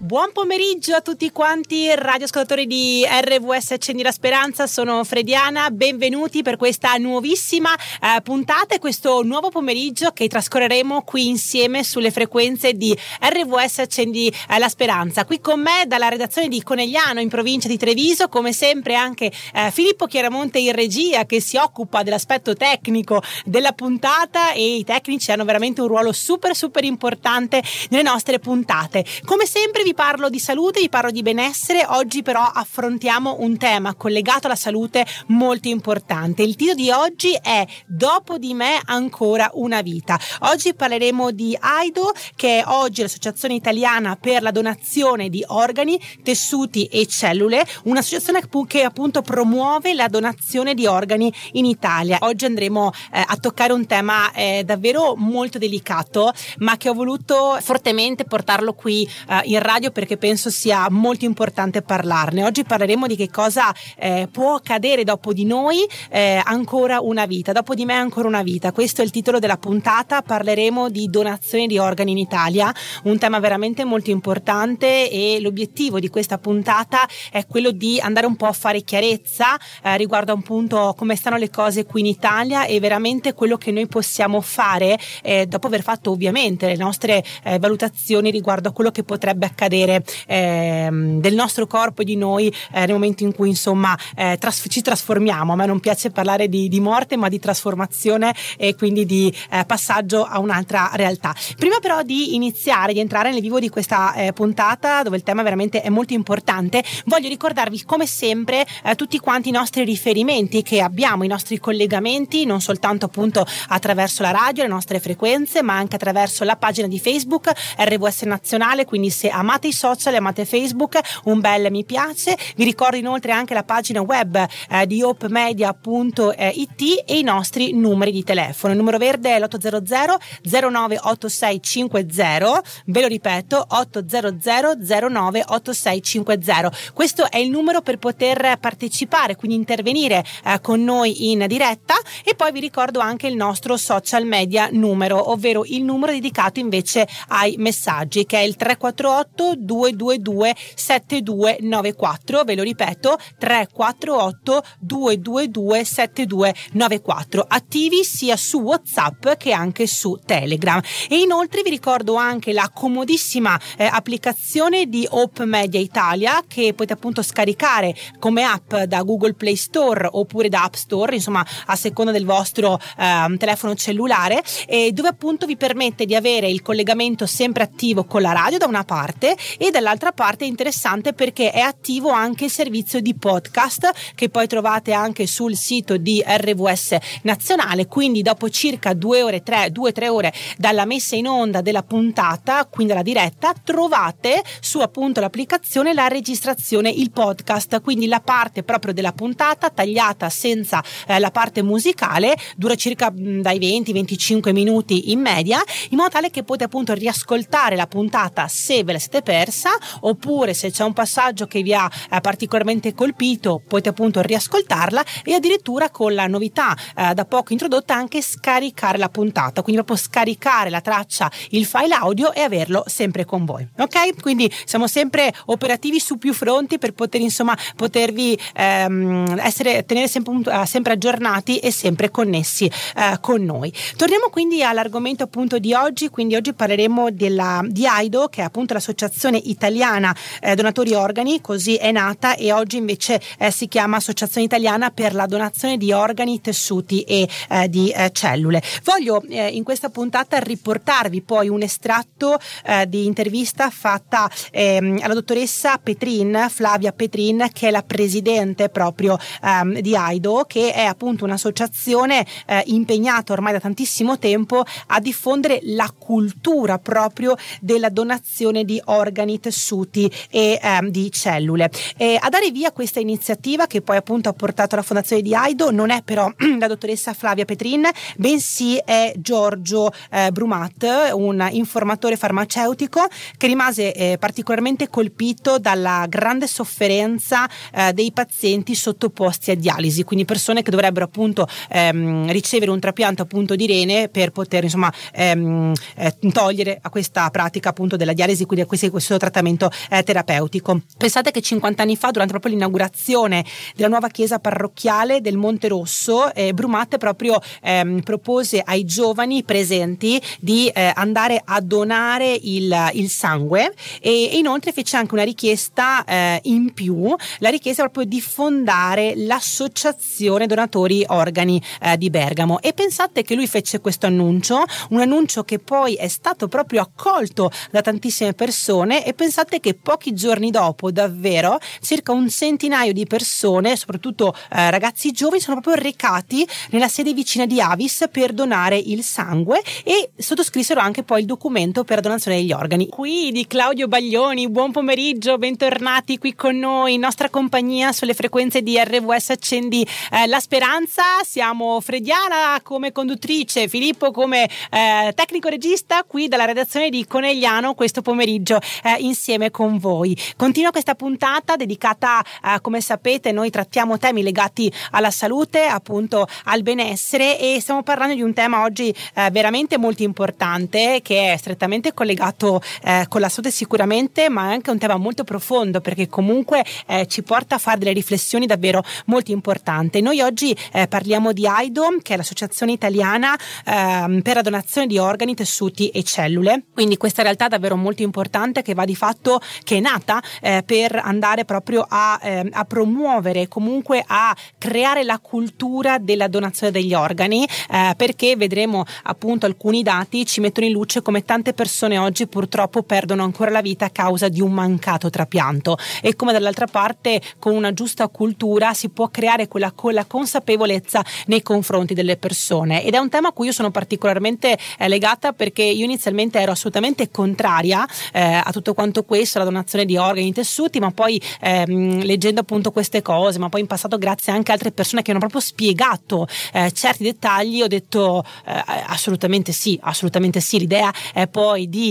Buon pomeriggio a tutti quanti radioascoltatori di RVS Accendi la Speranza, sono Frediana, benvenuti per questa nuovissima puntata e questo nuovo pomeriggio che trascorreremo qui insieme sulle frequenze di RVS Accendi la Speranza. Qui con me dalla redazione di Conegliano in provincia di Treviso, come sempre anche Filippo Chiaramonte in regia che si occupa dell'aspetto tecnico della puntata, e i tecnici hanno veramente un ruolo super importante nelle nostre puntate. Come sempre vi parlo di salute, vi parlo di benessere. Oggi però affrontiamo un tema collegato alla salute molto importante. Il titolo di oggi è Dopo di me ancora una vita. Oggi parleremo di AIDO, che è oggi l'Associazione Italiana per la Donazione di Organi, Tessuti e Cellule, un'associazione che appunto promuove la donazione di organi in Italia. Oggi andremo a toccare un tema davvero molto delicato, ma che ho voluto fortemente portarlo qui in radio perché penso sia molto importante parlarne. Oggi parleremo di che cosa può accadere dopo di noi ancora una vita, dopo di me ancora una vita. Questo è il titolo della puntata. Parleremo di donazione di organi in Italia, un tema veramente molto importante, e l'obiettivo di questa puntata è quello di andare un po' a fare chiarezza riguardo appunto come stanno le cose qui in Italia e veramente quello che noi possiamo fare dopo aver fatto ovviamente le nostre valutazioni riguardo a quello che potrebbe accadere del nostro corpo e di noi nel momento in cui insomma ci trasformiamo. A me non piace parlare di morte, ma di trasformazione e quindi di passaggio a un'altra realtà. Prima però di iniziare, di entrare nel vivo di questa puntata, dove il tema veramente è molto importante, voglio ricordarvi come sempre tutti quanti i nostri riferimenti che abbiamo, i nostri collegamenti, non soltanto appunto attraverso la radio, le nostre frequenze, ma anche attraverso la pagina di Facebook RVS Nazionale. Quindi se amate i social, amate Facebook, un bel mi piace. Vi ricordo inoltre anche la pagina web di hopemedia.it e i nostri numeri di telefono. Il numero verde è l'800 098650, ve lo ripeto, 800 098650. Questo è il numero per poter partecipare, quindi intervenire con noi in diretta. E poi vi ricordo anche il nostro social media numero, ovvero il numero dedicato invece ai messaggi, che è il 348 222 7294. Ve lo ripeto, 348 222 7294, attivi sia su WhatsApp che anche su Telegram. E inoltre vi ricordo anche la comodissima applicazione di Hope Media Italia, che potete appunto scaricare come app da Google Play Store oppure da App Store, insomma a seconda del vostro telefono cellulare, e dove appunto vi permette di avere il collegamento sempre attivo con la radio da una parte, e dall'altra parte è interessante perché è attivo anche il servizio di podcast che poi trovate anche sul sito di RVS Nazionale. Quindi dopo circa 2-3 ore dalla messa in onda della puntata, quindi dalla diretta, trovate su appunto l'applicazione la registrazione, il podcast, quindi la parte proprio della puntata tagliata senza la parte musicale, dura circa dai 20-25 minuti in media, in modo tale che potete appunto riascoltare la puntata se ve la siete persa, oppure se c'è un passaggio che vi ha particolarmente colpito potete appunto riascoltarla, e addirittura con la novità da poco introdotta anche scaricare la puntata, quindi proprio scaricare la traccia, il file audio, e averlo sempre con voi. Ok? Quindi siamo sempre operativi su più fronti per poter insomma potervi tenere sempre aggiornati e sempre connessi con noi. Torniamo quindi all'argomento appunto di oggi. Quindi oggi parleremo di AIDO, che è appunto l'Associazione Italiana Donatori Organi, così è nata, e oggi invece si chiama Associazione Italiana per la Donazione di Organi, Tessuti e di Cellule. Voglio in questa puntata riportarvi poi un estratto di intervista fatta alla dottoressa Petrin, Flavia Petrin, che è la presidente proprio di AIDO, che è appunto un'associazione impegnata ormai da tantissimo tempo a diffondere la cultura proprio della donazione di organi, tessuti e di cellule. A dare via questa iniziativa, che poi appunto ha portato alla fondazione di AIDO, non è però la dottoressa Flavia Petrin, bensì è Giorgio Brumat, un informatore farmaceutico che rimase particolarmente colpito dalla grande sofferenza dei pazienti sottoposti a dialisi, quindi persone che dovrebbero appunto ricevere un trapianto appunto di rene per poter insomma togliere a questa pratica appunto della dialisi, quindi a questi questo trattamento terapeutico. Pensate che 50 anni fa, durante proprio l'inaugurazione della nuova chiesa parrocchiale del Monte Rosso, Brumat proprio propose ai giovani presenti di andare a donare il sangue, e inoltre fece anche una richiesta in più, la richiesta proprio di fondare l'associazione donatori organi di Bergamo. E pensate che lui fece questo annuncio, un annuncio che poi è stato proprio accolto da tantissime persone, e pensate che pochi giorni dopo davvero circa un centinaio di persone, soprattutto ragazzi giovani, sono proprio recati nella sede vicina di Avis per donare il sangue, e sottoscrissero anche poi il documento per la donazione degli organi. Qui di Claudio Baglioni, buon pomeriggio, bentornati qui con noi in nostra compagnia sulle frequenze di RVS Accendi la Speranza. Siamo Frediana come conduttrice, Filippo come tecnico regista qui dalla redazione di Conegliano questo pomeriggio insieme con voi. Continua questa puntata dedicata, come sapete, noi trattiamo temi legati alla salute, appunto al benessere, e stiamo parlando di un tema oggi veramente molto importante, che è strettamente collegato con la salute sicuramente, ma è anche un tema molto profondo, perché comunque ci porta a fare delle riflessioni davvero molto importanti. Noi oggi parliamo di AIDO, che è l'associazione italiana per la donazione di organi, tessuti e cellule. Quindi questa realtà davvero molto importante, che va di fatto, che è nata per andare proprio a promuovere, comunque a creare la cultura della donazione degli organi, perché vedremo appunto alcuni dati ci mettono in luce come tante persone oggi purtroppo perdono ancora la vita a causa di un mancato trapianto, e come dall'altra parte con una giusta cultura si può creare quella consapevolezza nei confronti delle persone. Ed è un tema a cui io sono particolarmente legata, perché io inizialmente ero assolutamente contraria a tutto quanto questo, la donazione di organi, tessuti, ma poi leggendo appunto queste cose, ma poi in passato grazie anche a altre persone che hanno proprio spiegato certi dettagli, ho detto assolutamente sì. L'idea è poi di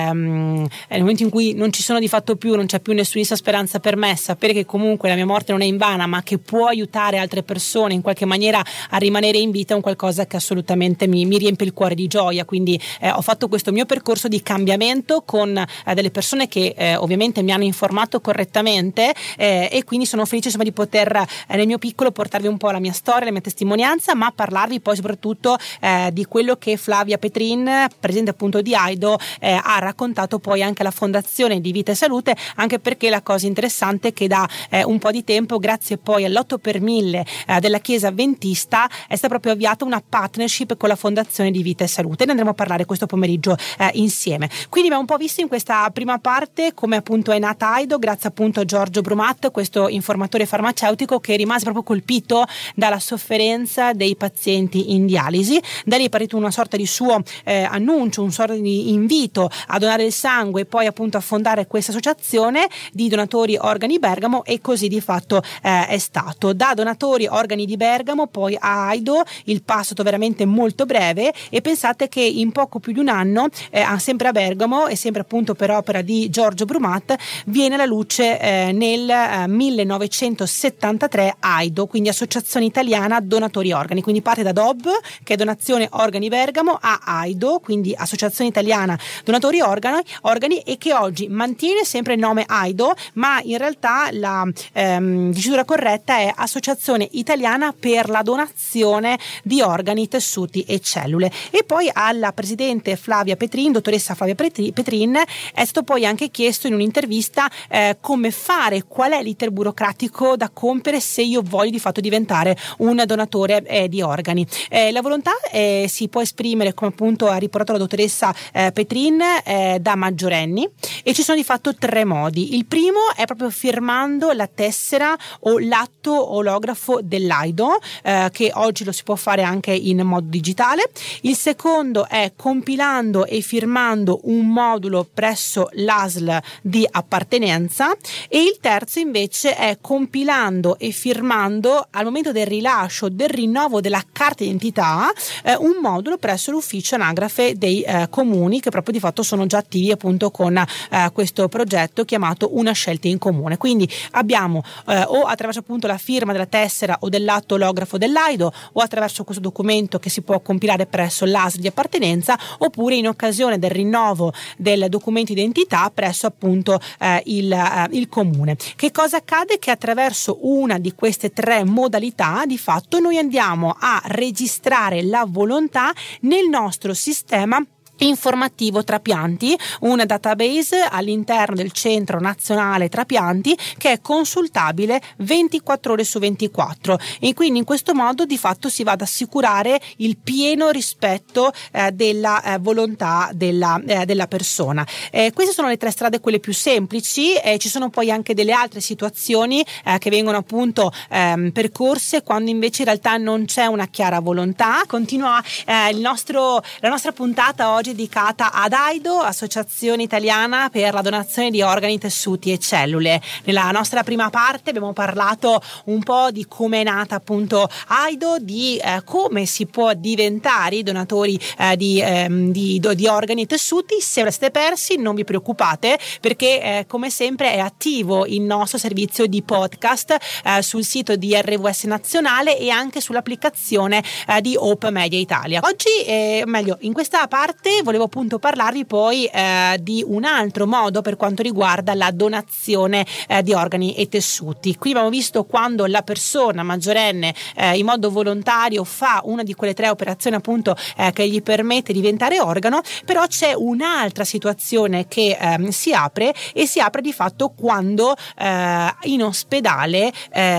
nel momento in cui non ci sono di fatto più, non c'è più nessunissima speranza per me, sapere che comunque la mia morte non è invana, ma che può aiutare altre persone in qualche maniera a rimanere in vita, è un qualcosa che assolutamente mi riempie il cuore di gioia. Quindi ho fatto questo mio percorso di cambiamento con delle persone che ovviamente mi hanno informato correttamente, e quindi sono felice insomma di poter nel mio piccolo portarvi un po' la mia storia, la mia testimonianza, ma parlarvi poi soprattutto di quello che Flavia Petrin, presidente appunto di AIDO, ha raccontato poi anche alla Fondazione di Vita e Salute, anche perché la cosa interessante è che da un po' di tempo, grazie poi all'8 per 1000 della Chiesa Adventista, è stata proprio avviata una partnership con la Fondazione di Vita e Salute. Ne andremo a parlare questo pomeriggio insieme. Quindi abbiamo un po' visto in questa prima parte come appunto è nata AIDO, grazie appunto a Giorgio Brumat, questo informatore farmaceutico che rimase proprio colpito dalla sofferenza dei pazienti in dialisi. Da lì è partito una sorta di suo annuncio, un sorta di invito a donare il sangue, e poi appunto a fondare questa associazione di donatori organi Bergamo, e così di fatto è stato. Da donatori organi di Bergamo poi a AIDO il passo è stato veramente molto breve, e pensate che in poco più di un anno sempre a Bergamo, e sempre appunto per opera di Giorgio Brumat, viene alla luce nel 1973 AIDO, quindi Associazione Italiana Donatori Organi. Quindi parte da DOB, che è Donazione Organi Bergamo, a AIDO, quindi Associazione Italiana Donatori Organi, e che oggi mantiene sempre il nome AIDO, ma in realtà la dicitura corretta è Associazione Italiana per la Donazione di Organi, Tessuti e Cellule. E poi alla presidente Flavia Petrin, dottoressa Flavia Petrin, è stato poi anche chiesto in un'intervista come fare, qual è l'iter burocratico da compiere se io voglio di fatto diventare un donatore di organi. La volontà si può esprimere, come appunto ha riportato la dottoressa Petrin, da maggiorenni, e ci sono di fatto 3 modi. Il primo è proprio firmando la tessera o l'atto olografo dell'AIDO, che oggi lo si può fare anche in modo digitale. Il secondo è compilando e firmando un modulo presso l'ASL di appartenenza, e il terzo invece è compilando e firmando al momento del rilascio, del rinnovo della carta d'identità, un modulo presso l'ufficio anagrafe dei comuni, che proprio di fatto sono già attivi appunto con questo progetto chiamato Una Scelta in Comune. Quindi abbiamo o attraverso appunto la firma della tessera o dell'atto olografo dell'AIDO, o attraverso questo documento che si può compilare presso l'ASL di appartenenza, oppure in occasione del rinnovo del documento di entità presso appunto il comune. Che cosa accade? Che attraverso una di queste 3 modalità di fatto noi andiamo a registrare la volontà nel nostro sistema informativo trapianti, una database all'interno del Centro Nazionale Trapianti che è consultabile 24 ore su 24, e quindi in questo modo di fatto si va ad assicurare il pieno rispetto della volontà della persona. Queste sono le 3 strade, quelle più semplici. Ci sono poi anche delle altre situazioni che vengono appunto percorse quando invece in realtà non c'è una chiara volontà. Continua la nostra puntata oggi dedicata ad AIDO, Associazione Italiana per la Donazione di Organi, Tessuti e Cellule. Nella nostra prima parte abbiamo parlato un po' di come è nata appunto AIDO, di come si può diventare donatori di organi e tessuti. Se ve la siete persi non vi preoccupate, perché come sempre è attivo il nostro servizio di podcast sul sito di RWS Nazionale e anche sull'applicazione di Hope Media Italia. Oggi, meglio, in questa parte volevo appunto parlarvi poi di un altro modo per quanto riguarda la donazione di organi e tessuti. Qui abbiamo visto quando la persona maggiorenne in modo volontario fa una di quelle 3 operazioni appunto che gli permette di diventare organo, però c'è un'altra situazione che si apre di fatto quando in ospedale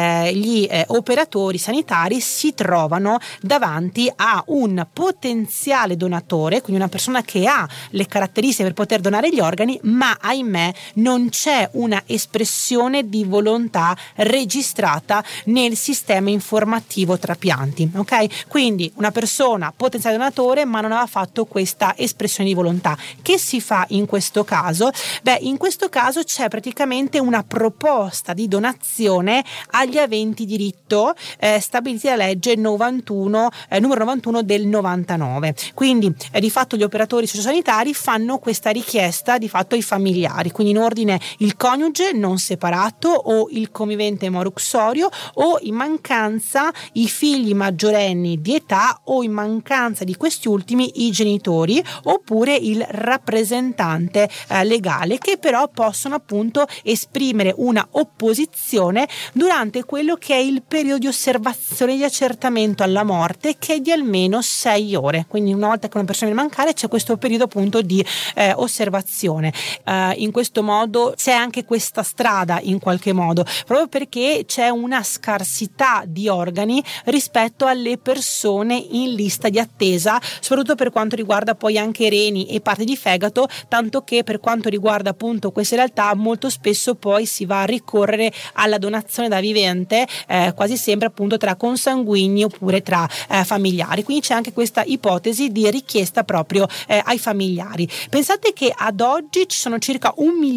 gli operatori sanitari si trovano davanti a un potenziale donatore, quindi una persona che ha le caratteristiche per poter donare gli organi, ma ahimè non c'è una espressione di volontà registrata nel sistema informativo trapianti, ok? Quindi una persona potenziale donatore ma non aveva fatto questa espressione di volontà. Che si fa in questo caso? In questo caso c'è praticamente una proposta di donazione agli aventi diritto stabiliti dalla legge numero 91 del 99. Quindi di fatto gli operatori sociosanitari fanno questa richiesta di fatto ai familiari, quindi in ordine il coniuge non separato o il convivente moruxorio, o in mancanza i figli maggiorenni di età, o in mancanza di questi ultimi i genitori, oppure il rappresentante legale, che però possono appunto esprimere una opposizione durante quello che è il periodo di osservazione di accertamento alla morte, che è di almeno 6 ore. Quindi una volta che una persona viene a mancare c'è questo periodo appunto di osservazione. In questo modo c'è anche questa strada in qualche modo, proprio perché c'è una scarsità di organi rispetto alle persone in lista di attesa, soprattutto per quanto riguarda poi anche reni e parti di fegato, tanto che per quanto riguarda appunto queste realtà molto spesso poi si va a ricorrere alla donazione da vivente, quasi sempre appunto tra consanguigni oppure tra familiari. Quindi c'è anche questa ipotesi di richiesta proprio ai familiari. Pensate che ad oggi ci sono circa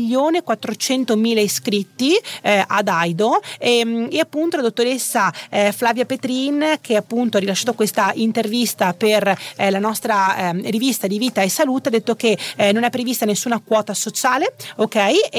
1.400.000 iscritti ad AIDO, e appunto la dottoressa Flavia Petrin, che appunto ha rilasciato questa intervista per la nostra rivista di Vita e Salute, ha detto che non è prevista nessuna quota sociale, ok?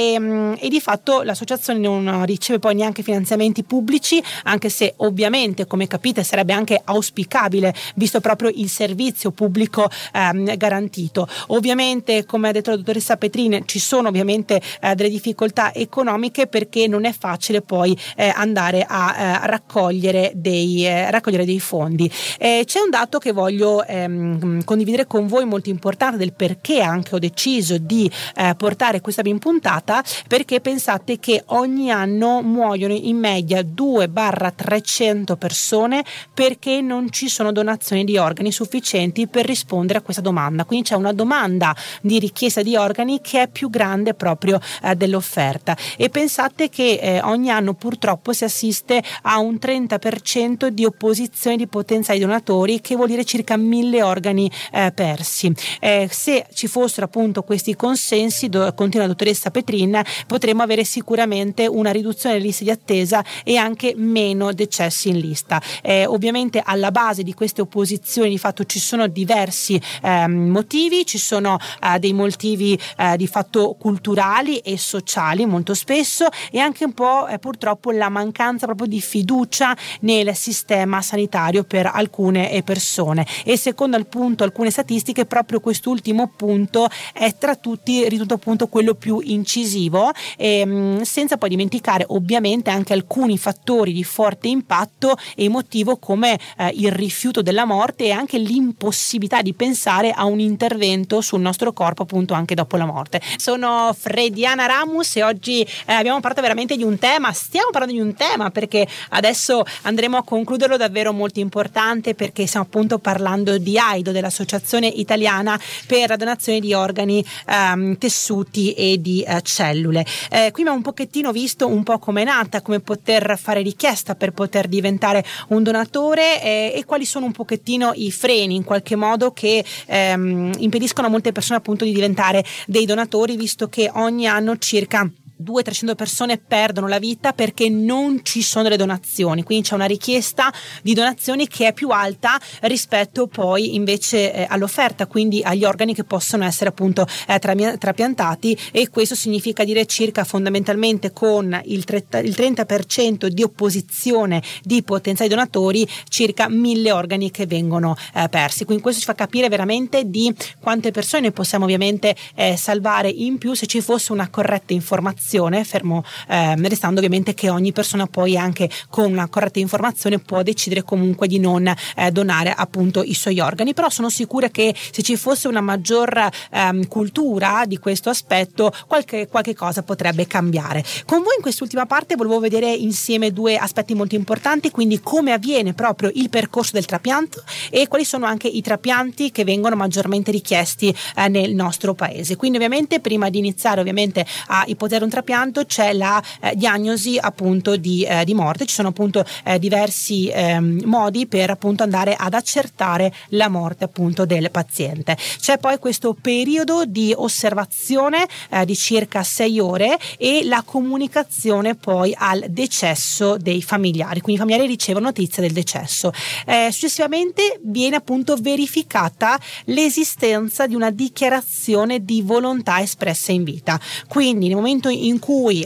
E di fatto l'associazione non riceve poi neanche finanziamenti pubblici, anche se ovviamente, come capite, sarebbe anche auspicabile visto proprio il servizio pubblico garantito. Ovviamente, come ha detto la dottoressa Petrin, ci sono ovviamente delle difficoltà economiche, perché non è facile poi andare a raccogliere dei fondi. C'è un dato che voglio condividere con voi molto importante, del perché anche ho deciso di portare questa in puntata, perché pensate che ogni anno muoiono in media 2-300 persone perché non ci sono donazioni di organi sufficienti per rispondere a questa domanda. Quindi c'è una domanda di richiesta di organi che è più grande proprio dell'offerta, e pensate che ogni anno purtroppo si assiste a un 30% di opposizione di potenziali donatori, che vuol dire circa 1.000 organi persi. Se ci fossero appunto questi consensi, continua la dottoressa Petrin, potremmo avere sicuramente una riduzione delle liste di attesa e anche meno decessi in lista. Ovviamente alla base di queste opposizioni di fatto ci sono diversi motivi, ci sono dei motivi di fatto culturali e sociali molto spesso, e anche un po' purtroppo la mancanza proprio di fiducia nel sistema sanitario per alcune persone, e secondo appunto alcune statistiche proprio quest'ultimo punto è tra tutti ritenuto appunto quello più incisivo, senza poi dimenticare ovviamente anche alcuni fattori di forte impatto emotivo come il rifiuto della morte e anche l'impossibilità di pensare a un intervento sul nostro corpo appunto anche dopo la morte. Sono Frediana Ramus e oggi abbiamo parlato veramente di un tema, stiamo parlando di un tema perché adesso andremo a concluderlo davvero molto importante, perché stiamo appunto parlando di AIDO, dell'Associazione Italiana per la donazione di organi, tessuti e di cellule. Qui abbiamo un pochettino visto un po' come è nata, come poter fare richiesta per poter diventare un donatore, e quali sono un pochettino i freni in qualche modo che impediscono a molte persone appunto di diventare dei donatori, visto che ogni anno circa 200-300 persone perdono la vita perché non ci sono le donazioni, quindi c'è una richiesta di donazioni che è più alta rispetto poi invece all'offerta, quindi agli organi che possono essere appunto trapiantati, e questo significa dire circa fondamentalmente con il 30% di opposizione di potenziali donatori, circa 1000 organi che vengono persi. Quindi questo ci fa capire veramente di quante persone possiamo ovviamente salvare in più se ci fosse una corretta informazione, fermo restando ovviamente che ogni persona poi anche con una corretta informazione può decidere comunque di non donare appunto i suoi organi. Però sono sicura che se ci fosse una maggior cultura di questo aspetto, qualche cosa potrebbe cambiare. Con voi in quest'ultima parte volevo vedere insieme due aspetti molto importanti, quindi come avviene proprio il percorso del trapianto e quali sono anche i trapianti che vengono maggiormente richiesti nel nostro paese. Quindi ovviamente prima di iniziare ovviamente a ipotizzare un trapianto c'è la diagnosi appunto di morte. Ci sono appunto diversi modi per appunto andare ad accertare la morte appunto del paziente. C'è poi questo periodo di osservazione di circa 6 ore e la comunicazione poi al decesso dei familiari, quindi i familiari ricevono notizia del decesso. Successivamente viene appunto verificata l'esistenza di una dichiarazione di volontà espressa in vita, quindi nel momento in cui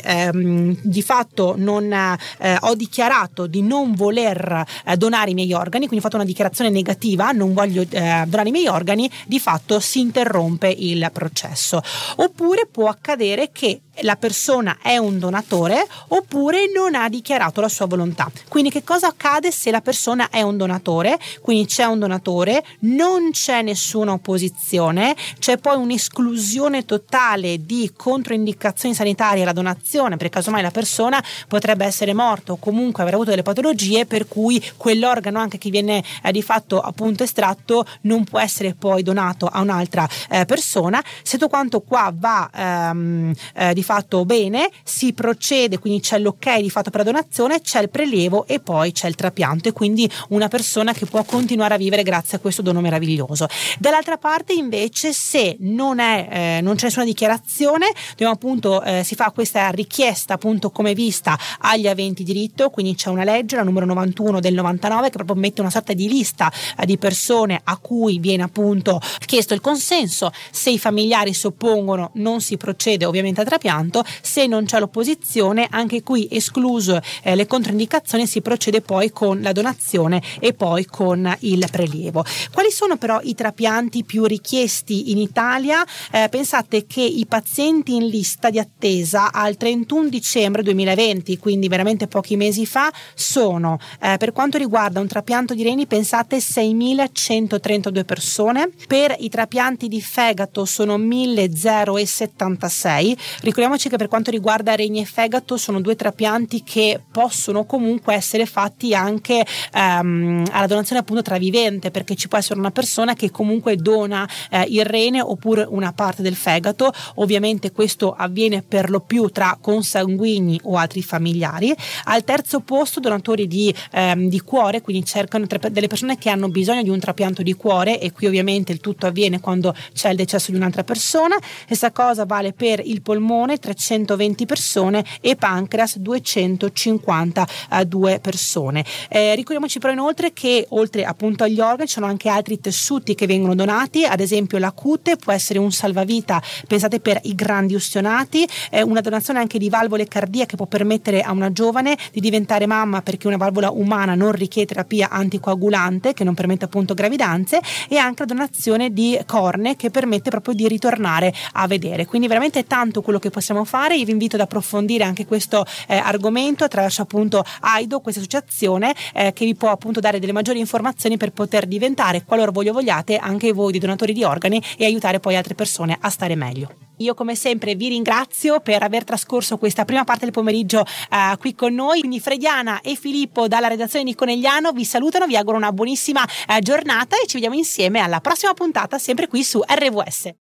di fatto non ho dichiarato di non voler donare i miei organi, quindi ho fatto una dichiarazione negativa, non voglio donare i miei organi, di fatto si interrompe il processo. Oppure può accadere che la persona è un donatore oppure non ha dichiarato la sua volontà. Quindi che cosa accade se la persona è un donatore? Quindi c'è un donatore, non c'è nessuna opposizione, c'è poi un'esclusione totale di controindicazioni sanitarie alla donazione, perché casomai la persona potrebbe essere morta o comunque aver avuto delle patologie per cui quell'organo anche che viene di fatto appunto estratto non può essere poi donato a un'altra persona. Se tutto quanto qua va di fatto bene, si procede, quindi c'è l'ok di fatto per la donazione, c'è il prelievo e poi c'è il trapianto, e quindi una persona che può continuare a vivere grazie a questo dono meraviglioso. Dall'altra parte invece, se non c'è nessuna dichiarazione, appunto si fa questa richiesta appunto come vista agli aventi diritto, quindi c'è una legge, la numero 91 del 99, che proprio mette una sorta di lista di persone a cui viene appunto chiesto il consenso. Se i familiari si oppongono non si procede ovviamente al trapianto, se non c'è l'opposizione, anche qui escluso le controindicazioni, si procede poi con la donazione e poi con il prelievo. Quali sono però i trapianti più richiesti in Italia? Pensate che i pazienti in lista di attesa al 31 dicembre 2020, quindi veramente pochi mesi fa, sono per quanto riguarda un trapianto di reni, pensate 6.132 persone, per i trapianti di fegato sono 1.076. Ricordiamoci che per quanto riguarda reni e fegato sono due trapianti che possono comunque essere fatti anche alla donazione appunto tra vivente, perché ci può essere una persona che comunque dona il rene oppure una parte del fegato. Ovviamente questo avviene per lo più tra consanguigni o altri familiari. Al terzo posto donatori di cuore, quindi cercano delle persone che hanno bisogno di un trapianto di cuore, e qui ovviamente il tutto avviene quando c'è il decesso di un'altra persona. Stessa cosa vale per il polmone, persone, 320 persone e pancreas 252 persone. Ricordiamoci però inoltre che oltre appunto agli organi ci sono anche altri tessuti che vengono donati, ad esempio la cute può essere un salvavita, pensate per i grandi ustionati, una donazione anche di valvole cardiache può permettere a una giovane di diventare mamma, perché una valvola umana non richiede terapia anticoagulante che non permette appunto gravidanze, e anche la donazione di cornee che permette proprio di ritornare a vedere. Quindi veramente tanto quello che possiamo fare. Io vi invito ad approfondire anche questo argomento attraverso appunto AIDO, questa associazione che vi può appunto dare delle maggiori informazioni per poter diventare, qualora vogliate, anche voi di donatori di organi e aiutare poi altre persone a stare meglio. Io come sempre vi ringrazio per aver trascorso questa prima parte del pomeriggio qui con noi. Quindi Frediana e Filippo dalla redazione di Conegliano vi salutano, vi auguro una buonissima giornata e ci vediamo insieme alla prossima puntata sempre qui su RVS.